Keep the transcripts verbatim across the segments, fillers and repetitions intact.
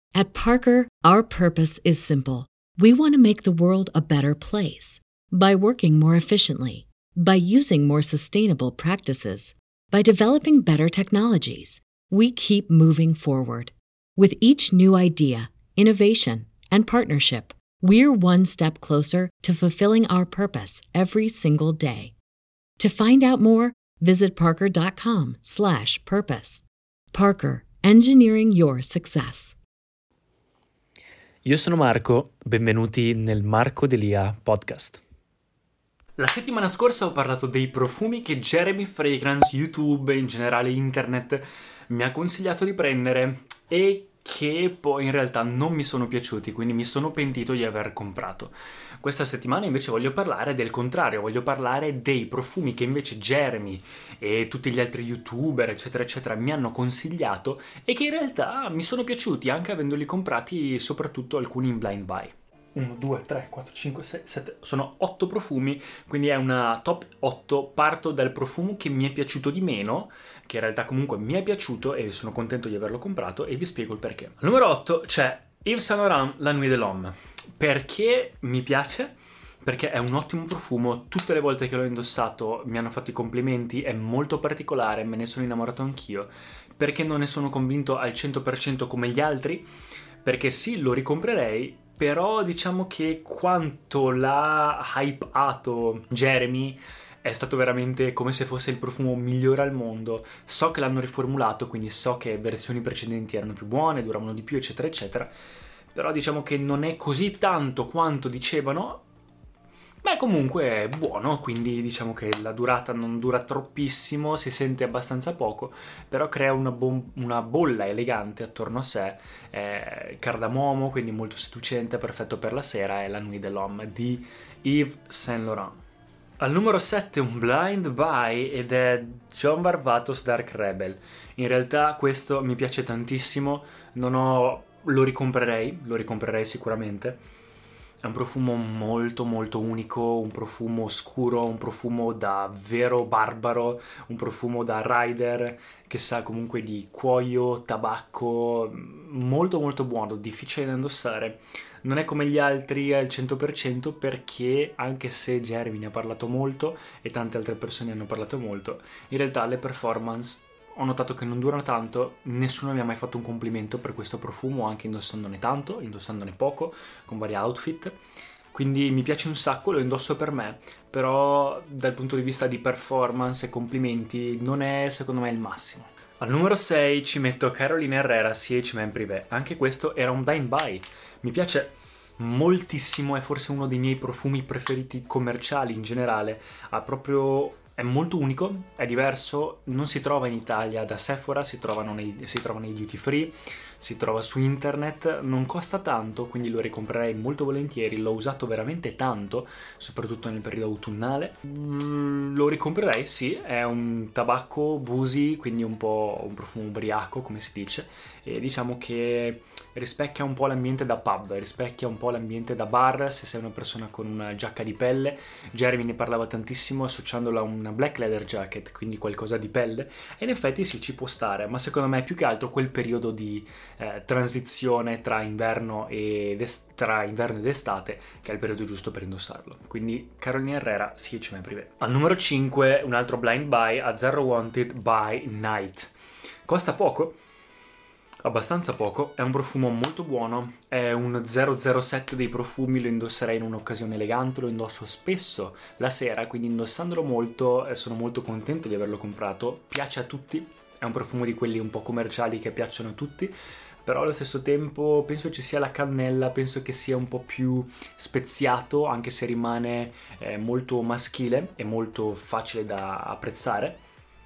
At Parker, our purpose is simple. We want to make the world a better place by working more efficiently, by using more sustainable practices, by developing better technologies. We keep moving forward. With each new idea, innovation, and partnership, we're one step closer to fulfilling our purpose every single day. To find out more, visit parker.com slash purpose. Parker, engineering your success. Io sono Marco, benvenuti nel Marco Delia podcast. La settimana scorsa ho parlato dei profumi che Jeremy Fragrance, YouTube e in generale internet mi ha consigliato di prendere e che poi in realtà non mi sono piaciuti, quindi mi sono pentito di aver comprato. Questa settimana invece voglio parlare del contrario, voglio parlare dei profumi che invece Jeremy e tutti gli altri youtuber eccetera eccetera mi hanno consigliato e che in realtà mi sono piaciuti anche avendoli comprati, soprattutto alcuni in blind buy. uno, due, tre, quattro, cinque, sei, sette, sono otto profumi, quindi è una top otto. Parto dal profumo che mi è piaciuto di meno, che in realtà comunque mi è piaciuto e sono contento di averlo comprato e vi spiego il perché. Al numero otto c'è Yves Saint Laurent La Nuit de l'Homme. Perché mi piace? Perché è un ottimo profumo, tutte le volte che l'ho indossato mi hanno fatto i complimenti, è molto particolare, me ne sono innamorato anch'io. Perché non ne sono convinto al cento per cento come gli altri? Perché sì, lo ricomprerei, però diciamo che quanto l'ha hypato Jeremy è stato veramente come se fosse il profumo migliore al mondo. So che l'hanno riformulato, quindi so che versioni precedenti erano più buone, duravano di più eccetera eccetera, però diciamo che non è così tanto quanto dicevano. Beh, comunque è buono, quindi diciamo che la durata non dura troppissimo, si sente abbastanza poco, però crea una, bo- una bolla elegante attorno a sé, è cardamomo, quindi molto seducente, perfetto per la sera, è La Nuit de l'Homme di Yves Saint Laurent. Al numero sette un blind buy ed è John Varvatos Dark Rebel. In realtà questo mi piace tantissimo, non ho... lo ricomprerei, lo ricomprerei sicuramente. È un profumo molto molto unico, un profumo scuro, un profumo da vero barbaro, un profumo da rider che sa comunque di cuoio, tabacco, molto molto buono, difficile da indossare. Non è come gli altri al cento per cento perché, anche se Jeremy ne ha parlato molto e tante altre persone hanno parlato molto, in realtà le performance ho notato che non durano tanto, nessuno mi ha mai fatto un complimento per questo profumo, anche indossandone tanto, indossandone poco, con vari outfit. Quindi mi piace un sacco, lo indosso per me, però dal punto di vista di performance e complimenti non è secondo me il massimo. Al numero sei ci metto Carolina Herrera C H Man Privé. Anche questo era un blind buy. Mi piace moltissimo, è forse uno dei miei profumi preferiti commerciali in generale. Ha proprio... è molto unico, è diverso, non si trova in Italia da Sephora, si, trovano nei, si trova nei duty free, si trova su internet, non costa tanto, quindi lo ricomprerei molto volentieri, l'ho usato veramente tanto, soprattutto nel periodo autunnale. Mm, lo ricomprerei, sì, è un tabacco boozy, quindi un po' un profumo ubriaco, come si dice, e diciamo che rispecchia un po' l'ambiente da pub, rispecchia un po' l'ambiente da bar, se sei una persona con una giacca di pelle. Jeremy ne parlava tantissimo associandolo a una black leather jacket, quindi qualcosa di pelle, e in effetti sì, ci può stare, ma secondo me è più che altro quel periodo di eh, transizione tra inverno ed est- tra inverno ed estate che è il periodo giusto per indossarlo. Quindi Carolina Herrera, C H Man Privé. Al numero cinque un altro blind buy, A Zero Wanted by Night. Costa poco, abbastanza poco, è un profumo molto buono, è un zero zero sette dei profumi, lo indosserei in un'occasione elegante, lo indosso spesso la sera, quindi indossandolo molto eh, sono molto contento di averlo comprato, piace a tutti, è un profumo di quelli un po' commerciali che piacciono a tutti, però allo stesso tempo penso ci sia la cannella, penso che sia un po' più speziato, anche se rimane eh, molto maschile e molto facile da apprezzare.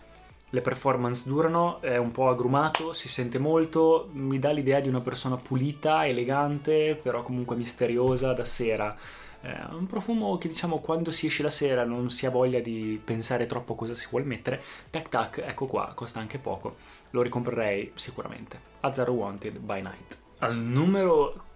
Le performance durano, è un po' agrumato, si sente molto, mi dà l'idea di una persona pulita, elegante, però comunque misteriosa da sera. È un profumo che, diciamo, quando si esce la sera non si ha voglia di pensare troppo cosa si vuol mettere. Tac tac, ecco qua, costa anche poco. Lo ricomprerei sicuramente. A Zero Wanted by Night. Al numero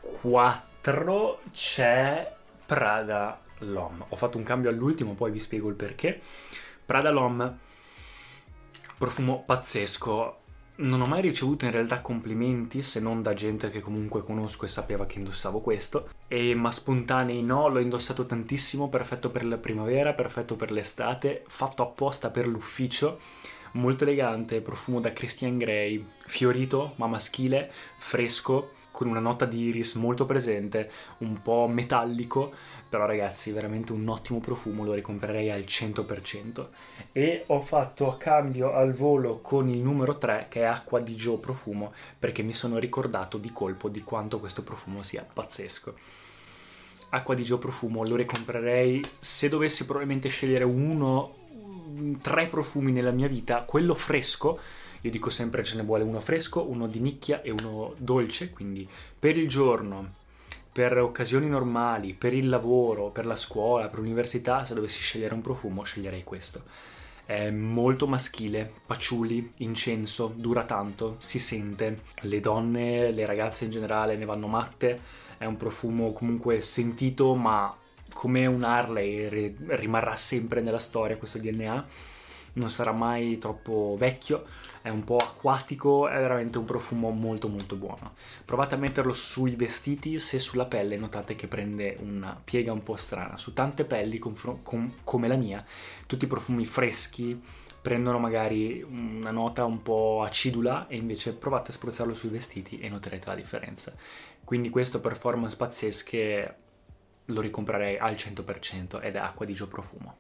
quattro c'è Prada L'Homme. Ho fatto un cambio all'ultimo, poi vi spiego il perché. Prada L'Homme, profumo pazzesco, non ho mai ricevuto in realtà complimenti, se non da gente che comunque conosco e sapeva che indossavo questo, e ma spontanei no, l'ho indossato tantissimo, perfetto per la primavera, perfetto per l'estate, fatto apposta per l'ufficio, molto elegante, profumo da Christian Grey, fiorito ma maschile, fresco, con una nota di iris molto presente, un po' metallico, però ragazzi veramente un ottimo profumo, lo ricomprerei al cento per cento. E ho fatto a cambio al volo con il numero tre, che è Acqua di Gio profumo, perché mi sono ricordato di colpo di quanto questo profumo sia pazzesco. Acqua di Gio profumo lo ricomprerei se dovessi probabilmente scegliere uno, tre profumi nella mia vita, quello fresco. Io dico sempre ce ne vuole uno fresco, uno di nicchia e uno dolce, quindi per il giorno, per occasioni normali, per il lavoro, per la scuola, per l'università, se dovessi scegliere un profumo sceglierei questo. È molto maschile, patchouli, incenso, dura tanto, si sente, le donne, le ragazze in generale ne vanno matte, è un profumo comunque sentito ma come un Harley rimarrà sempre nella storia questo D N A. Non sarà mai troppo vecchio, è un po' acquatico, è veramente un profumo molto molto buono. Provate a metterlo sui vestiti, se sulla pelle notate che prende una piega un po' strana. Su tante pelli com- com- come la mia, tutti i profumi freschi prendono magari una nota un po' acidula e invece provate a spruzzarlo sui vestiti e noterete la differenza. Quindi questo performance pazzesche lo ricomprerei al cento per cento ed è Acqua di Gio profumo.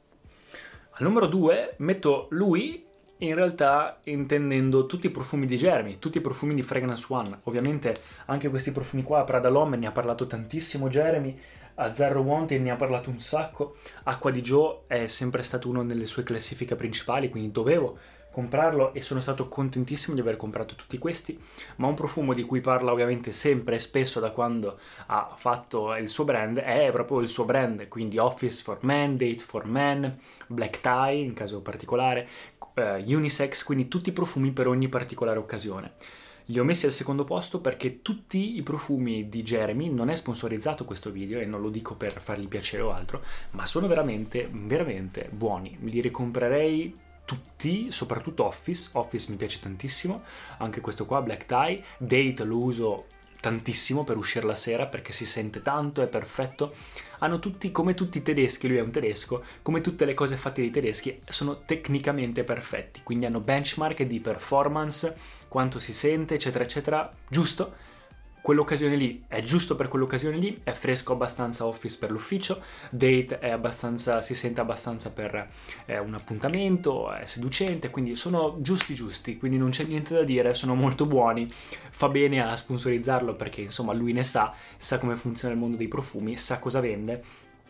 Al numero due metto lui, in realtà intendendo tutti i profumi di Jeremy, tutti i profumi di Fragrance One. Ovviamente anche questi profumi qua, Prada L'Homme ne ha parlato tantissimo Jeremy, Azzurro Wanted ne ha parlato un sacco, Acqua di Gio è sempre stato uno delle sue classifiche principali, quindi dovevo comprarlo e sono stato contentissimo di aver comprato tutti questi, ma un profumo di cui parla ovviamente sempre e spesso da quando ha fatto il suo brand è proprio il suo brand, quindi Office for Men, Date for Men, Black Tie in caso particolare, uh, Unisex, quindi tutti i profumi per ogni particolare occasione. Li ho messi al secondo posto perché tutti i profumi di Jeremy, non è sponsorizzato questo video e non lo dico per fargli piacere o altro, ma sono veramente, veramente buoni. Li ricomprerei tutti, soprattutto Office. Office mi piace tantissimo, anche questo qua, Black Tie. Date lo uso tantissimo per uscire la sera perché si sente tanto, è perfetto. Hanno tutti, come tutti i tedeschi, lui è un tedesco, come tutte le cose fatte dai tedeschi, sono tecnicamente perfetti, quindi hanno benchmark di performance, quanto si sente, eccetera, eccetera, giusto. Quell'occasione lì è giusto per quell'occasione lì, è fresco abbastanza Office per l'ufficio, Date è abbastanza, si sente abbastanza per eh, un appuntamento, è seducente, quindi sono giusti giusti, quindi non c'è niente da dire, sono molto buoni, fa bene a sponsorizzarlo perché insomma lui ne sa, sa come funziona il mondo dei profumi, sa cosa vende,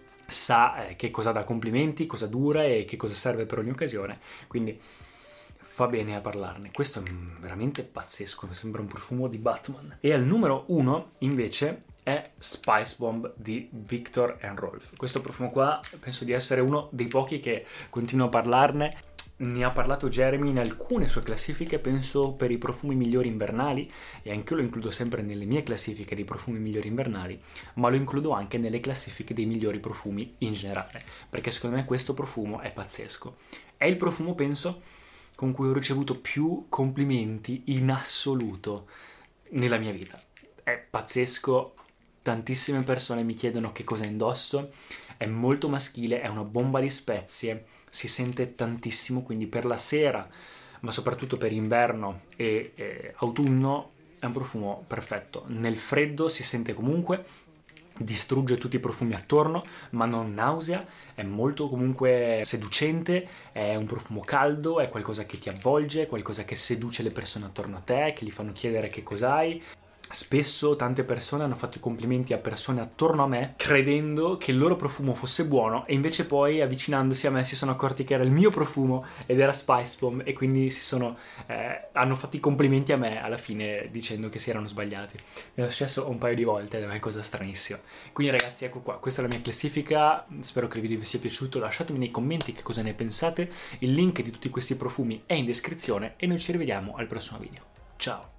sa eh, che cosa dà complimenti, cosa dura e che cosa serve per ogni occasione, quindi fa bene a parlarne. Questo è veramente pazzesco, mi sembra un profumo di Batman. E al numero uno invece è Spice Bomb di Viktor and Rolf. Questo profumo qua penso di essere uno dei pochi che continuo a parlarne. Ne ha parlato Jeremy in alcune sue classifiche, penso per i profumi migliori invernali, e anche io lo includo sempre nelle mie classifiche dei profumi migliori invernali, ma lo includo anche nelle classifiche dei migliori profumi in generale, perché secondo me questo profumo è pazzesco. È il profumo, penso, con cui ho ricevuto più complimenti in assoluto nella mia vita. È pazzesco, tantissime persone mi chiedono che cosa indosso, è molto maschile, è una bomba di spezie, si sente tantissimo, quindi per la sera, ma soprattutto per inverno e eh, autunno, è un profumo perfetto. Nel freddo si sente comunque, distrugge tutti i profumi attorno, ma non nausea, è molto comunque seducente, è un profumo caldo, è qualcosa che ti avvolge, qualcosa che seduce le persone attorno a te, che gli fanno chiedere che cos'hai. Spesso tante persone hanno fatto i complimenti a persone attorno a me credendo che il loro profumo fosse buono e invece poi avvicinandosi a me si sono accorti che era il mio profumo ed era Spice Bomb e quindi si sono, eh, hanno fatto i complimenti a me alla fine dicendo che si erano sbagliati. Mi è successo un paio di volte ed è una cosa stranissima. Quindi ragazzi, ecco qua, questa è la mia classifica, spero che il video vi sia piaciuto, lasciatemi nei commenti che cosa ne pensate, il link di tutti questi profumi è in descrizione e noi ci rivediamo al prossimo video. Ciao!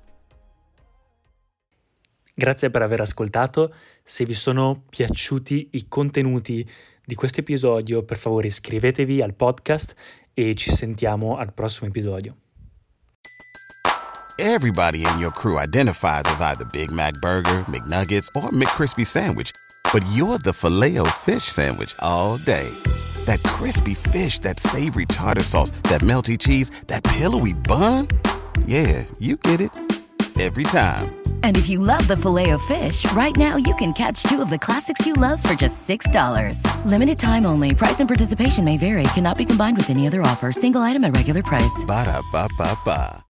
Grazie per aver ascoltato, se vi sono piaciuti i contenuti di questo episodio per favore iscrivetevi al podcast e ci sentiamo al prossimo episodio. Everybody in your crew identifies as either Big Mac Burger, McNuggets, or McCrispy Sandwich. But you're the Filet-O-Fish Sandwich all day. That crispy fish, that savory tartar sauce, that melty cheese, that pillowy bun. Yeah, you get it. Every time. And if you love the Filet-O-Fish, right now you can catch two of the classics you love for just six dollars. Limited time only. Price and participation may vary. Cannot be combined with any other offer. Single item at regular price. Ba-da-ba-ba-ba.